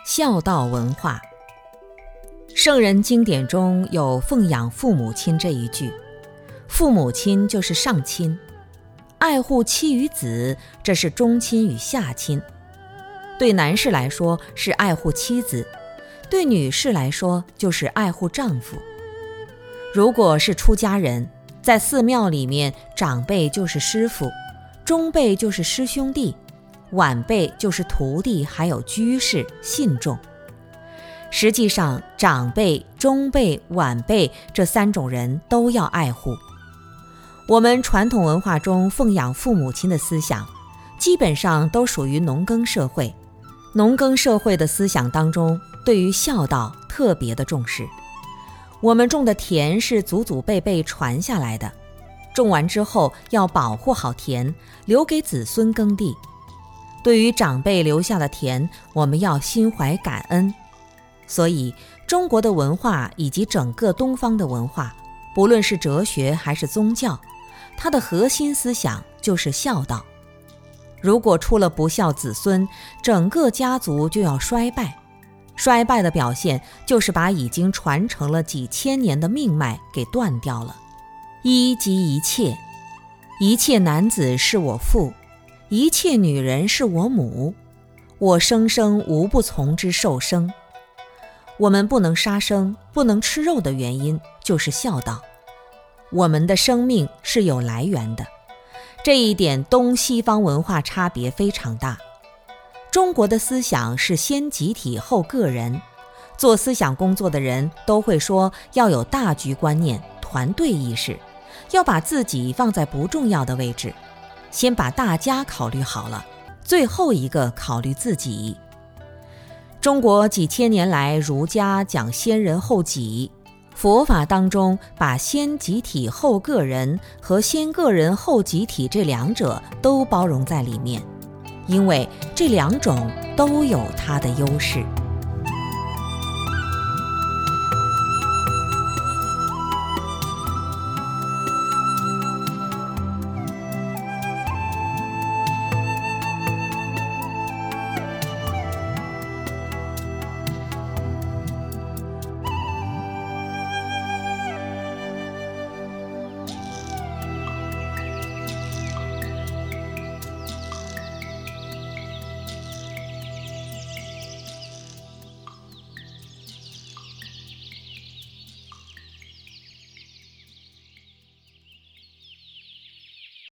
孝道文化。圣人经典中有奉养父母亲这一句，父母亲就是上亲，爱护妻与子，这是中亲与下亲。对男士来说是爱护妻子，对女士来说就是爱护丈夫。如果是出家人，在寺庙里面，长辈就是师父，中辈就是师兄弟，晚辈就是徒弟，还有居士信众。实际上，长辈、中辈、晚辈这三种人都要爱护。我们传统文化中奉养父母亲的思想，基本上都属于农耕社会。农耕社会的思想当中，对于孝道特别的重视。我们种的田是祖祖辈辈传下来的，种完之后要保护好田，留给子孙耕地。对于长辈留下的田，我们要心怀感恩。所以，中国的文化以及整个东方的文化，不论是哲学还是宗教，它的核心思想就是孝道。如果出了不孝子孙，整个家族就要衰败。衰败的表现就是把已经传承了几千年的命脉给断掉了。一即一切，一切男子是我父，一切女人是我母，我生生无不从之受生。我们不能杀生，不能吃肉的原因就是孝道。我们的生命是有来源的，这一点东西方文化差别非常大。中国的思想是先集体后个人，做思想工作的人都会说要有大局观念、团队意识，要把自己放在不重要的位置，先把大家考虑好了，最后一个考虑自己。中国几千年来，儒家讲先人后己，佛法当中把先集体后个人和先个人后集体这两者都包容在里面，因为这两种都有它的优势。